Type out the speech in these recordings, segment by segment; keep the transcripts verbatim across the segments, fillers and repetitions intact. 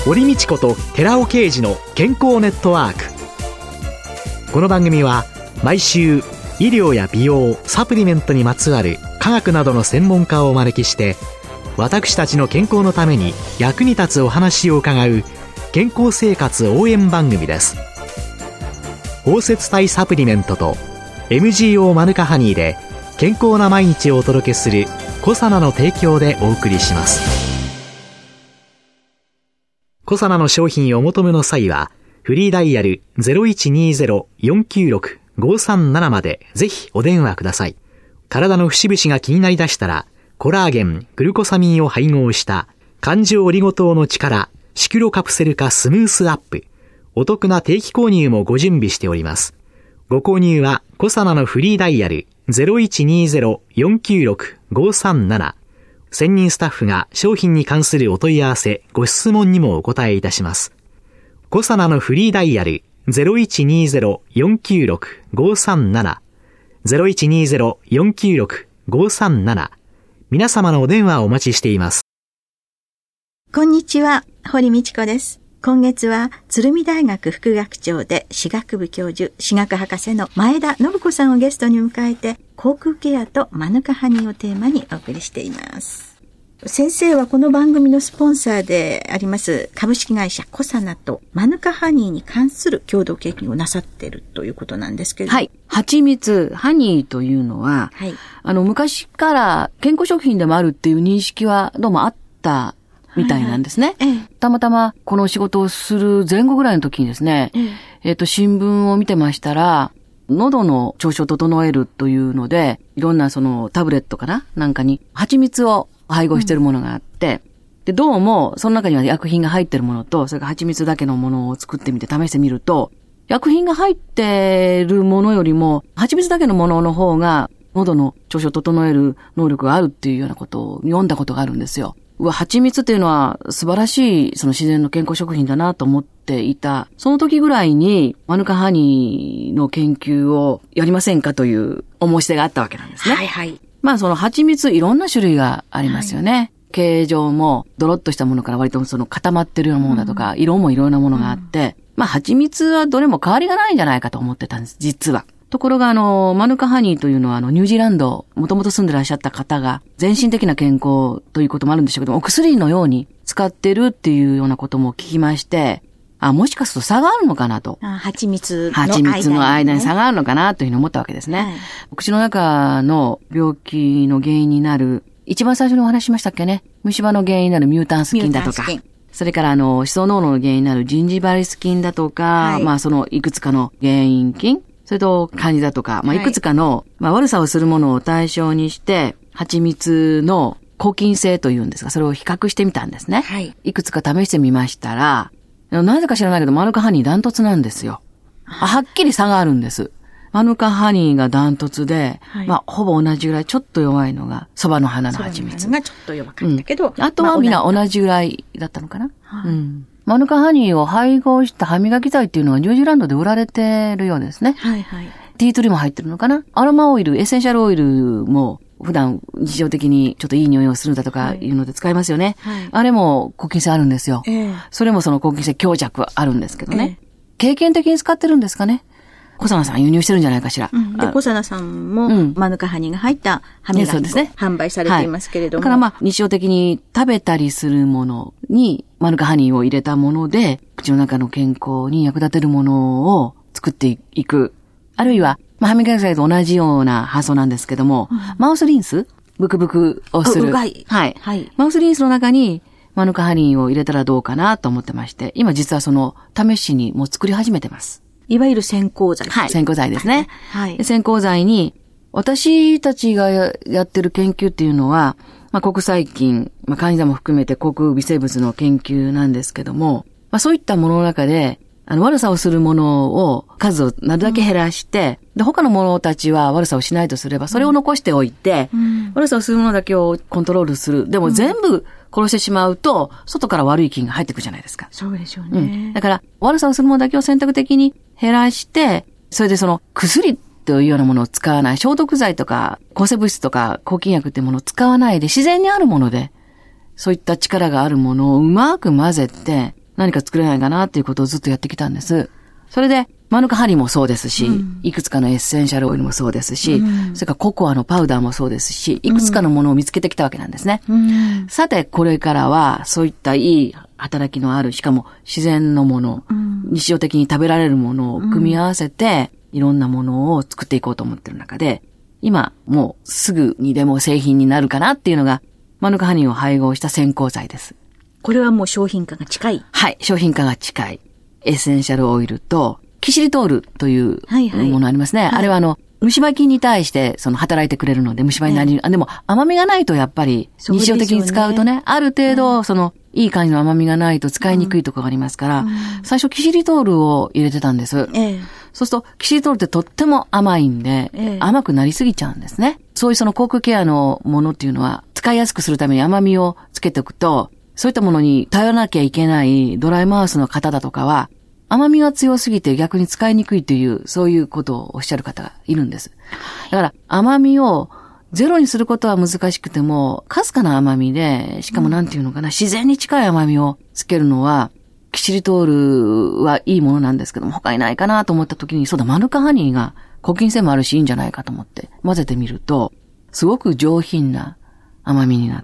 堀道子と寺尾啓二の健康ネットワーク。この番組は毎週医療や美容、サプリメントにまつわる科学などの専門家をお招きして、私たちの健康のために役に立つお話を伺う健康生活応援番組です。包摂体サプリメントと エムジーオー マヌカハニーで健康な毎日をお届けするコサナの提供でお送りします。コサナの商品をお求めの際はフリーダイヤル ゼロいちにゼロ よんきゅうろく ごさんなな までぜひお電話ください。体の節々が気になりだしたら、コラーゲン、グルコサミンを配合した環状オリゴ糖の力シクロカプセル化スムースアップ、お得な定期購入もご準備しております。ご購入はコサナのフリーダイヤル ゼロいちにゼロ よんきゅうろく ごさんなな、専任スタッフが商品に関するお問い合わせ、ご質問にもお答えいたします。コサナのフリーダイヤル ゼロいちにゼロ よんきゅうろく ごさんなな ゼロいちにゼロ よんきゅうろく ごさんなな、皆様のお電話をお待ちしています。 こんにちは、堀道子です。今月は鶴見大学副学長で歯学部教授、歯学博士の前田信子さんをゲストに迎えて、口腔ケアとマヌカハニーをテーマにお送りしています。先生はこの番組のスポンサーであります株式会社コサナとマヌカハニーに関する共同研究をなさっているということなんですけれども。 はい。蜂蜜、ハニーというのは、はい、あの昔から健康食品でもあるっていう認識はどうもあったみたいなんですね。はいはい、たまたまこの仕事をする前後ぐらいの時にですね、えっ、えー、と新聞を見てましたら、喉の調子を整えるというので、いろんなそのタブレットかななんかに蜂蜜を配合しているものがあって、うん、で、どうもその中には薬品が入っているものと、それから蜂蜜だけのものを作ってみて試してみると、薬品が入っているものよりも蜂蜜だけのものの方が喉の調子を整える能力があるっていうようなことを読んだことがあるんですよ。うわ、蜂蜜っていうのは素晴らしいその自然の健康食品だなと思っていた。その時ぐらいにマヌカハニーの研究をやりませんかというお申し出があったわけなんですね。 はいはい。 まあその蜂蜜いろんな種類がありますよね。はい、形状もドロッとしたものから割とその固まってるようなものだとか、うん、色もいろんなものがあって、うん、まあ蜂蜜はどれも変わりがないんじゃないかと思ってたんです、実は。ところがあの、マヌカハニーというのはあの、ニュージーランド、もともと住んでらっしゃった方が、全身的な健康ということもあるんでしょうけども、お薬のように使ってるっていうようなことも聞きまして、あ、もしかすると差があるのかなと。 あ、蜂蜜の間に、ね。蜂蜜の間に差があるのかなというふうに思ったわけですね。はい、口の中の病気の原因になる、一番最初にお話ししましたっけね。虫歯の原因になるミュータンス菌だとか。それからあの、歯槽膿漏の原因になるジンジバリス菌だとか、はい、まあそのいくつかの原因菌。それとカニだとか、まあ、いくつかの、はい、まあ、悪さをするものを対象にして、蜂蜜の抗菌性というんですが、それを比較してみたんですね。はい。いくつか試してみましたら、なぜか知らないけど、マヌカハニーダントツなんですよ。は, はっきり差があるんです。マヌカハニーがダントツで、はい、まあ、ほぼ同じぐらい、ちょっと弱いのが、蕎麦の花の蜂蜜。 蕎麦の花がちょっと弱かったけど。 うん、あとはみんな同じぐらいだったのかな。はい、うん。マヌカハニーを配合した歯磨き剤っていうのがニュージーランドで売られてるようですね。はいはい。ティートリーも入ってるのかな。アロマオイル、エッセンシャルオイルも普段日常的にちょっといい匂いをするんだとかいうので使いますよね。はいはい、あれも抗菌性あるんですよ。えー、それもその抗菌性強弱あるんですけどね。えー、経験的に使ってるんですかね。コサナさん輸入してるんじゃないかしら。 うん、で、コサナさんも、うん、マヌカハニーが入った歯磨きを販売されていますけれども。 はい、だからまあ、日常的に食べたりするものにマヌカハニーを入れたもので、口の中の健康に役立てるものを作っていく。あるいは、まあ、歯磨き剤と同じような発想なんですけども、うん、マウスリンスブクブクをする。 うがい。 はい。はい。マウスリンスの中にマヌカハニーを入れたらどうかなと思ってまして、今実はその試しにもう作り始めてます。 いわゆる洗香剤。 はい。洗香剤ですね。はい。洗香剤に、私たちがやってる研究っていうのは、まあ、国際菌、まあ、カニ座も含めて口腔微生物の研究なんですけども、まあ、そういったものの中で、あの、悪さをするものを、数をなるだけ減らして、うん、で、他のものたちは悪さをしないとすれば、それを残しておいて、うん、悪さをするものだけをコントロールする。でも全部殺してしまうと、外から悪い菌が入ってくるじゃないですか。 そうでしょうね。うん、 だから、悪さをするものだけを選択的に減らして、それでその、薬というようなものを使わない、消毒剤とか、抗生物質とか、抗菌薬っていうものを使わないで、自然にあるもので、そういった力があるものをうまく混ぜて、 何か作れないかなっていうことをずっとやってきたんです。それで、マヌカハニーもそうですし、うん、いくつかのエッセンシャルオイルもそうですし、うん、それからココアのパウダーもそうですし、いくつかのものを見つけてきたわけなんですね。うん、さて、これからは、そういったいい働きのある、しかも自然のもの、うん、日常的に食べられるものを組み合わせて、うん、いろんなものを作っていこうと思ってる中で、今、もうすぐにでも製品になるかなっていうのが、マヌカハニーを配合した洗香剤です。 これはもう商品化が近い？ はい、商品化が近い。エッセンシャルオイルと、キシリトールというものありますね。はいはい、あれはあの、虫歯菌に対してその働いてくれるので虫歯になり、ええ、でも甘みがないとやっぱり日常的に使うとね、ねある程度その、いい感じの甘みがないと使いにくいところがありますから、うん、最初キシリトールを入れてたんです。ええ、そうするとキシリトールってとっても甘いんで、ええ、甘くなりすぎちゃうんですね。そういうその口腔ケアのものっていうのは使いやすくするために甘みをつけておくと、そういったものに頼らなきゃいけないドライマウスの方だとかは、甘みが強すぎて逆に使いにくいという、そういうことをおっしゃる方がいるんです。だから甘みをゼロにすることは難しくても、かすかな甘みで、しかもなんていうのかな、自然に近い甘みをつけるのは、キシリトールはいいものなんですけども、他にないかなと思った時に、そうだ、マヌカハニーが抗菌性もあるしいいんじゃないかと思って混ぜてみると、すごく上品な甘みになって、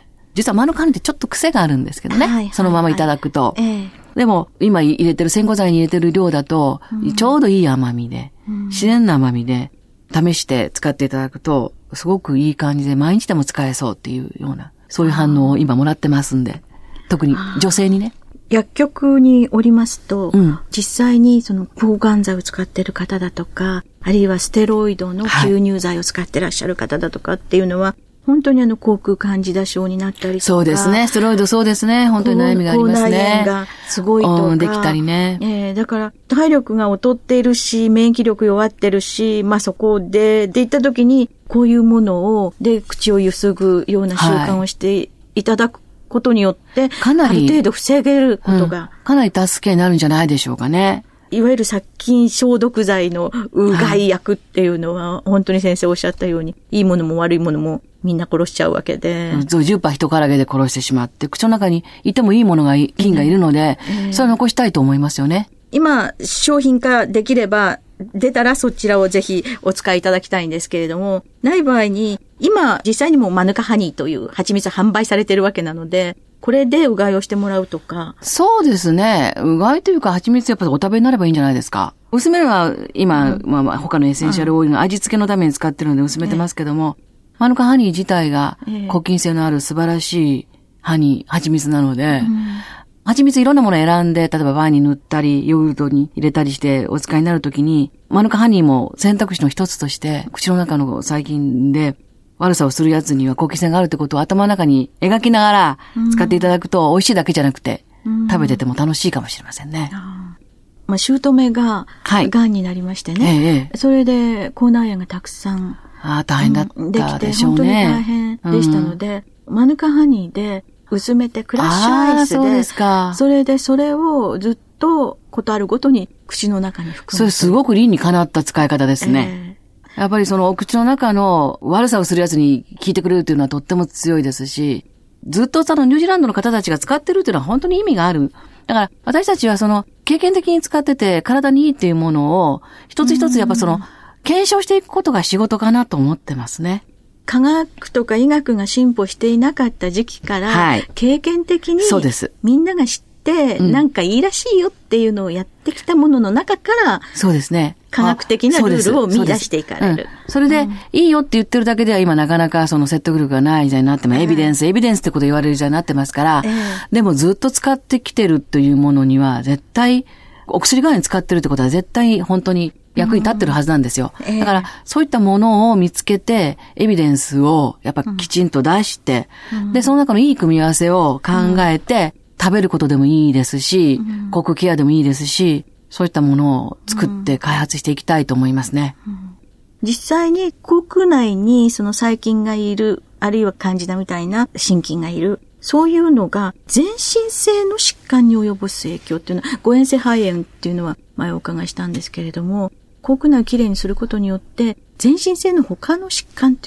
実はマヌカハニーってちょっと癖があるんですけどね。はいはいはい、そのままいただくと。えー、でも、今入れてる、洗香剤に入れてる量だと、うん、ちょうどいい甘みで、うん、自然な甘みで、試して使っていただくと、すごくいい感じで毎日でも使えそうっていうような、そういう反応を今もらってますんで、特に女性にね。 薬局におりますと、うん、実際にその抗がん剤を使っている方だとか、あるいはステロイドの吸入剤を使ってらっしゃる方だとかっていうのは、はい、本当にあの、口腔カンジダ症になったりとか。 そうですね。ステロイドそうですね。本当に悩みがありますね。口内炎がすごいとか。 うん、できたりね。 えー、だから、体力が劣っているし、免疫力弱ってるし、まあ、そこで、でいった時に、こういうものを、で、口をゆすぐような習慣をしていただくことによって、はい、かなり、ある程度防げることが、 うん。かなり助けになるんじゃないでしょうかね。 いわゆる殺菌消毒剤のうがい薬っていうのは、はい、本当に先生おっしゃったように、いいものも悪いものもみんな殺しちゃうわけで。 じゅっパーセント人からげで殺してしまって、口の中にいてもいいものが、菌がいるので、えー、それを残したいと思いますよね。 今、商品化できれば、出たらそちらをぜひお使いいただきたいんですけれども、ない場合に、今、実際にもマヌカハニーという蜂蜜販売されているわけなので、これでうがいをしてもらうとか。 そうですね。うがいというか蜂蜜やっぱりお食べになればいいんじゃないですか。薄めは今、うん、まあまあ他のエッセンシャルオイルの味付けのために使ってるので薄めてますけども、えー、マヌカハニー自体が抗菌性のある素晴らしいハニー、蜂蜜なので、うん、蜂蜜いろんなものを選んで、例えばパンに塗ったり、ヨーグルトに入れたりしてお使いになるときに、マヌカハニーも選択肢の一つとして、口の中の細菌で、悪さをするやつには抗菌性があるってことを頭の中に描きながら使っていただくと美味しいだけじゃなくて、食べてても楽しいかもしれませんね。 あまあ、姑が癌になりましてね。はいええ、それで口内炎がたくさんああ大変だったでしょうね。 できて本当に大変でしたので、うん、マヌカハニーで薄めてクラッシュアイスで、 そうですか。 それでそれをずっとことあるごとに口の中に含む。 それすごく理にかなった使い方ですね。えーやっぱりそのお口の中の悪さをするやつに効いてくれるっていうのはとっても強いですし、ずっとそのニュージーランドの方たちが使ってるっていうのは本当に意味がある。だから私たちはその経験的に使ってて体にいいっていうものを一つ一つやっぱその検証していくことが仕事かなと思ってますね。 科学とか医学が進歩していなかった時期から、はい、経験的にみんなが知って、うん、なんかいいらしいよっていうのをやってきたものの中から、 そうですね。 科学的なルールを見出していかれる。 そ, そ, うん、それで、うん、いいよって言ってるだけでは今なかなかその説得力がない時代になっても、エビデンス、エビデンスってこと言われる時代になってますから、えー、でもずっと使ってきてるというものには絶対、お薬代わりに使ってるってことは絶対本当に役に立ってるはずなんですよ。うんえー、だからそういったものを見つけて、エビデンスをやっぱきちんと出して、うん、で、その中のいい組み合わせを考えて、うん、食べることでもいいですし、うん、口腔ケアでもいいですし、そういったものを作って開発していきたいと思いますね。うんうん、 実際に口腔内にその細菌がいる、あるいはカンジダみたいな真菌がいる、そういうのが全身性の疾患に及ぼす影響っていうのは、誤嚥性肺炎っていうのは前お伺いしたんですけれども、口腔内をきれいにすることによって、全身性の他の疾患っていうのは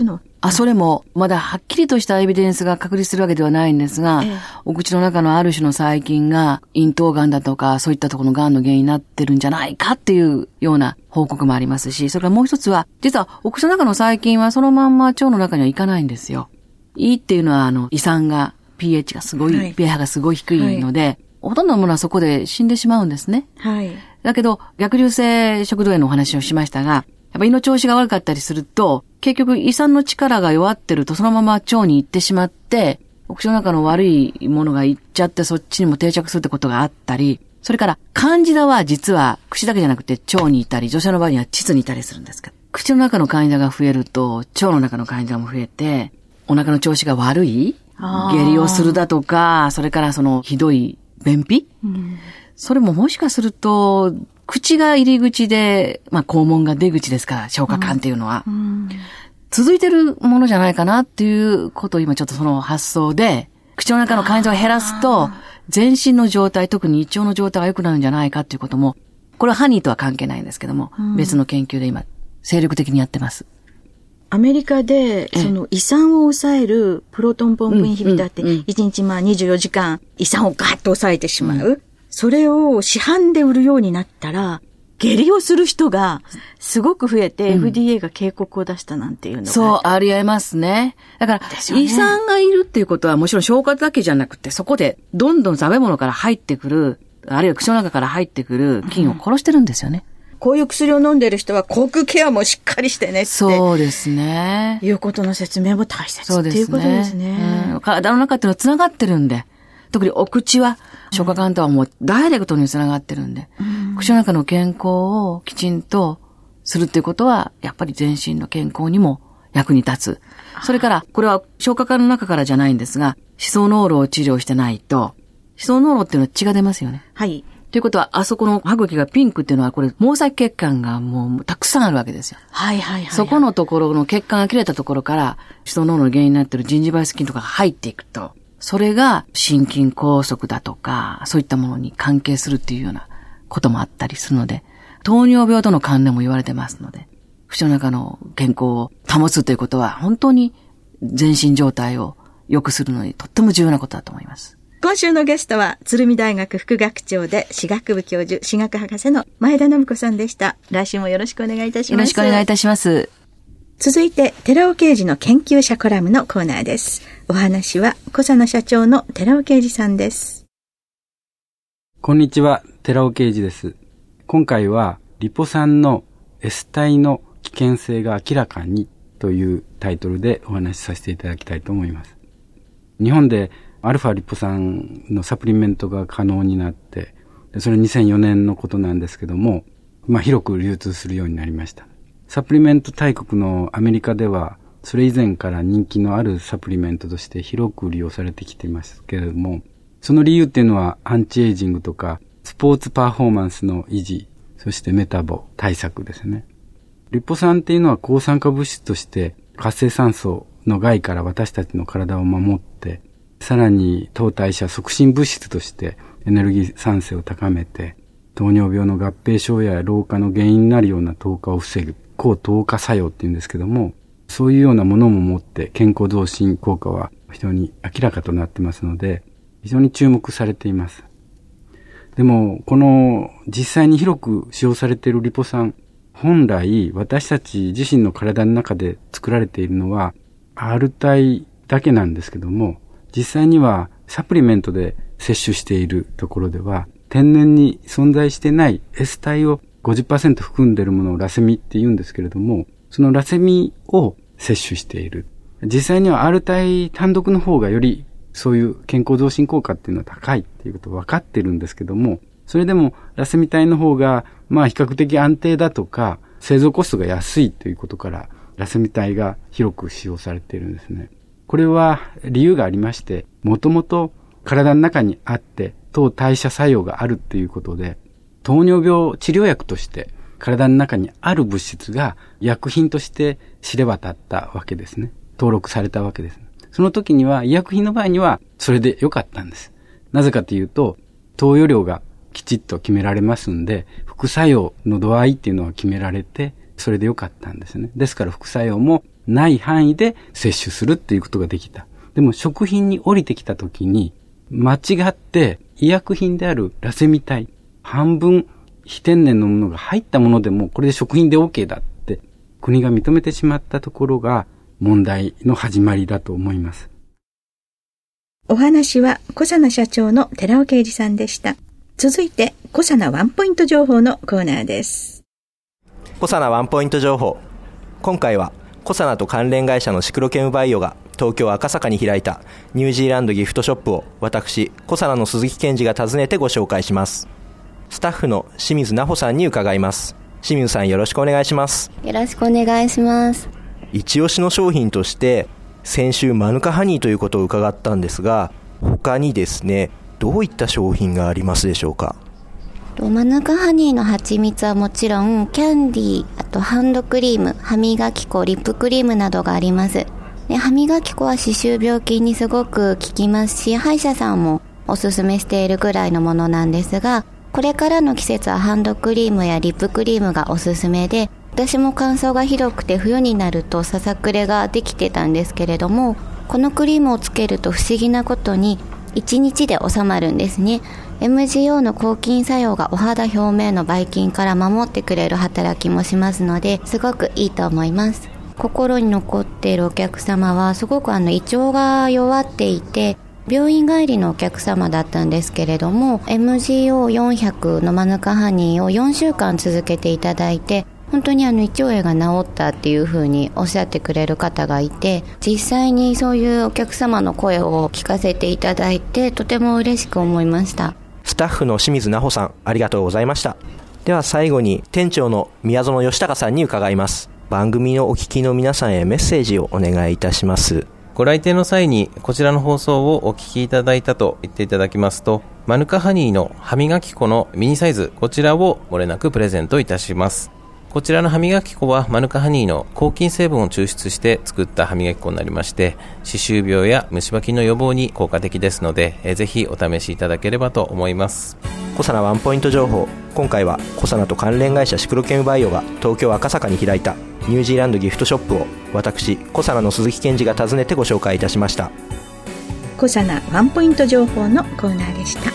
あ、それも、まだはっきりとしたエビデンスが確立するわけではないんですが、ええ、お口の中のある種の細菌が、咽頭がんだとか、そういったところのがんの原因になってるんじゃないかっていうような報告もありますし、それからもう一つは、実はお口の中の細菌はそのまんま腸の中にはいかないんですよ。胃っていうのは、あの、胃酸が、pH がすごい、はい、pH がすごい低いので、はい、ほとんどのものはそこで死んでしまうんですね。はい。だけど、逆流性食道炎のお話をしましたが、やっぱ胃の調子が悪かったりすると、結局胃酸の力が弱ってるとそのまま腸に行ってしまって、お口の中の悪いものが行っちゃってそっちにも定着するってことがあったり、それからカンジダは実は口だけじゃなくて腸にいたり、女性の場合には膣にいたりするんですけど、口の中のカンジダが増えると腸の中のカンジダも増えて、お腹の調子が悪い下痢をするだとか、それからそのひどい便秘、うん、それももしかすると、口が入り口で、まあ肛門が出口ですから、消化管っていうのは、うんうん。続いてるものじゃないかなっていうことを今ちょっとその発想で、口の中の感情を減らすと、全身の状態、特に胃腸の状態が良くなるんじゃないかっていうことも、これはハニーとは関係ないんですけども、うん、別の研究で今、精力的にやってます。 アメリカで、その胃酸を抑えるプロトンポンプインヒビターって、いちにちまあにじゅうよじかん胃酸をガッと抑えてしまう。うん、それを市販で売るようになったら、下痢をする人がすごく増えて、うん、エフディーエー が警告を出したなんていうのが。 そう、ありえますね。だから、ね、胃酸がいるっていうことはもちろん消化だけじゃなくて、そこでどんどん食べ物から入ってくる、あるいは口の中から入ってくる菌を殺してるんですよね。 うん、こういう薬を飲んでる人は口腔ケアもしっかりしてねって。 そうですね。 いうことの説明も大切っていうことですね。 うん、体の中っていうのは繋がってるんで。特にお口は消化管とはもうダイレクトにつながってるんで、うん、口の中の健康をきちんとするっていうことは、やっぱり全身の健康にも役に立つ。それから、これは消化管の中からじゃないんですが、歯槽膿漏を治療してないと、歯槽膿漏っていうのは血が出ますよね。はい。ということは、あそこの歯茎がピンクっていうのは、これ、毛細血管がもうたくさんあるわけですよ。はいはいはい、はい。そこのところの血管が切れたところから、歯槽膿漏の原因になっているジンジバイス菌とかが入っていくと、それが心筋梗塞だとか、そういったものに関係するっていうようなこともあったりするので、糖尿病との関連も言われてますので、口の中の健康を保つということは、本当に全身状態を良くするのにとっても重要なことだと思います。 今週のゲストは、鶴見大学副学長で歯学部教授、歯学博士の前田信子さんでした。来週もよろしくお願いいたします。 よろしくお願いいたします。 続いて、寺尾啓二の研究者コラムのコーナーです。お話は、小佐野社長の寺尾啓二さんです。 こんにちは、寺尾啓二です。今回は、リポ酸の S 体の危険性が明らかにというタイトルでお話しさせていただきたいと思います。日本でアルファリポ酸のサプリメントが可能になって、それにせんよねんのことなんですけども、まあ広く流通するようになりました。サプリメント大国のアメリカでは、それ以前から人気のあるサプリメントとして広く利用されてきていますけれども、その理由っていうのはアンチエイジングとかスポーツパフォーマンスの維持、そしてメタボ対策ですね。リポ酸っていうのは抗酸化物質として活性酸素の害から私たちの体を守って、さらに糖代謝促進物質としてエネルギー産生を高めて、糖尿病の合併症や老化の原因になるような糖化を防ぐ。抗糖化作用って言うんですけども、そういうようなものも持って健康増進効果は非常に明らかとなってますので、非常に注目されています。でも、この実際に広く使用されているリポ酸、本来私たち自身の体の中で作られているのは R 体だけなんですけども、実際にはサプリメントで摂取しているところでは、天然に存在してない S 体をごじゅっパーセント 含んでいるものをラセミって言うんですけれども、そのラセミを摂取している。実際には R 体単独の方がよりそういう健康増進効果っていうのは高いっていうこと分かってるんですけども、それでもラセミ体の方がまあ比較的安定だとか製造コストが安いということからラセミ体が広く使用されているんですね。これは理由がありまして、もともと体の中にあって糖代謝作用があるっていうことで、糖尿病治療薬として体の中にある物質が薬品として知れ渡ったわけですね。登録されたわけです。その時には医薬品の場合にはそれで良かったんです。なぜかというと、投与量がきちっと決められますんで、副作用の度合いっていうのは決められて、それで良かったんですね。ですから副作用もない範囲で摂取するっていうことができた。でも食品に降りてきた時に、間違って医薬品であるラセミ体、半分非天然のものが入ったものでもこれで食品で OK だって国が認めてしまったところが問題の始まりだと思います。 お話は小佐奈社長の寺尾啓二さんでした。続いて小佐奈ワンポイント情報のコーナーです。 小佐奈ワンポイント情報。今回は小佐奈と関連会社のシクロケムバイオが東京赤坂に開いたニュージーランドギフトショップを私小佐奈の鈴木健二が訪ねてご紹介します。スタッフの清水奈穂さんに伺います。清水さん、よろしくお願いします。 よろしくお願いします。 一押しの商品として先週マヌカハニーということを伺ったんですが、他にですね、どういった商品がありますでしょうか？ マヌカハニーの蜂蜜はもちろんキャンディー、あとハンドクリーム、歯磨き粉、リップクリームなどがあります。で、歯磨き粉は歯周病菌にすごく効きますし、歯医者さんもおすすめしているぐらいのものなんですが、これからの季節はハンドクリームやリップクリームがおすすめで、私も乾燥がひどくて冬になるとささくれができてたんですけれども、このクリームをつけると不思議なことにいちにちで収まるんですね。 エムジーオー の抗菌作用がお肌表面のばい菌から守ってくれる働きもしますので、すごくいいと思います。心に残っているお客様はすごくあの胃腸が弱っていて病院帰りのお客様だったんですけれども、 エムジーオーよんひゃく のマヌカハニーをよんしゅうかん続けていただいて、本当にあの胃腸炎が治ったっていう風におっしゃってくれる方がいて、実際にそういうお客様の声を聞かせていただいてとても嬉しく思いました。 スタッフの清水奈穂さん、ありがとうございました。では最後に店長の宮園義孝さんに伺います。番組のお聞きの皆さんへメッセージをお願いいたします。 ご来店の際にこちらの放送をお聞きいただいたと言っていただきますと、マヌカハニーの歯磨き粉のミニサイズ、こちらを漏れなくプレゼントいたします。こちらの歯磨き粉はマヌカハニーの抗菌成分を抽出して作った歯磨き粉になりまして、歯周病や虫歯菌の予防に効果的ですので、えぜひお試しいただければと思います。 小佐奈ワンポイント情報。今回は小佐奈と関連会社シクロケムバイオが東京赤坂に開いたニュージーランドギフトショップを私小佐奈の鈴木健二が訪ねてご紹介いたしました。 小佐奈ワンポイント情報のコーナーでした。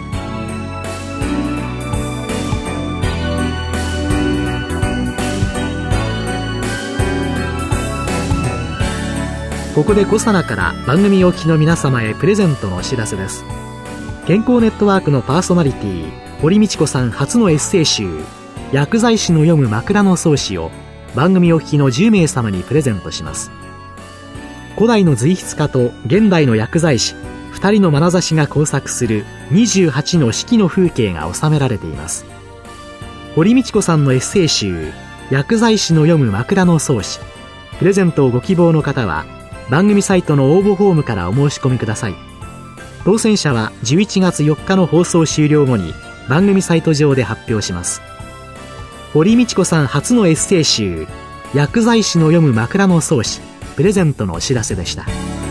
ここで小佐奈から番組お聞きの皆様へプレゼントのお知らせです。健康ネットワークのパーソナリティ堀道子さん初のエッセイ集薬剤師の読む枕草子を番組お聞きのじゅうめい様にプレゼントします。古代の随筆家と現代の薬剤師ふたりの眼差しが交錯するにじゅうはちの四季の風景が収められています。堀道子さんのエッセイ集薬剤師の読む枕草子、プレゼントをご希望の方は番組サイトの応募フォームからお申し込みください。当選者はじゅういちがつよっかの放送終了後に番組サイト上で発表します。堀道子さん初のエッセイ集薬剤師の読む枕草子プレゼントのお知らせでした。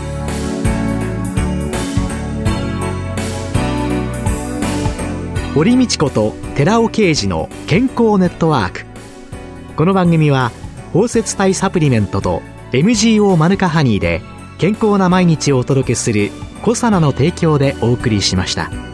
堀道子と寺尾啓二の健康ネットワーク。この番組は包摂体サプリメントと エムジーオー マヌカハニーで健康な毎日をお届けする小佐奈の提供でお送りしました。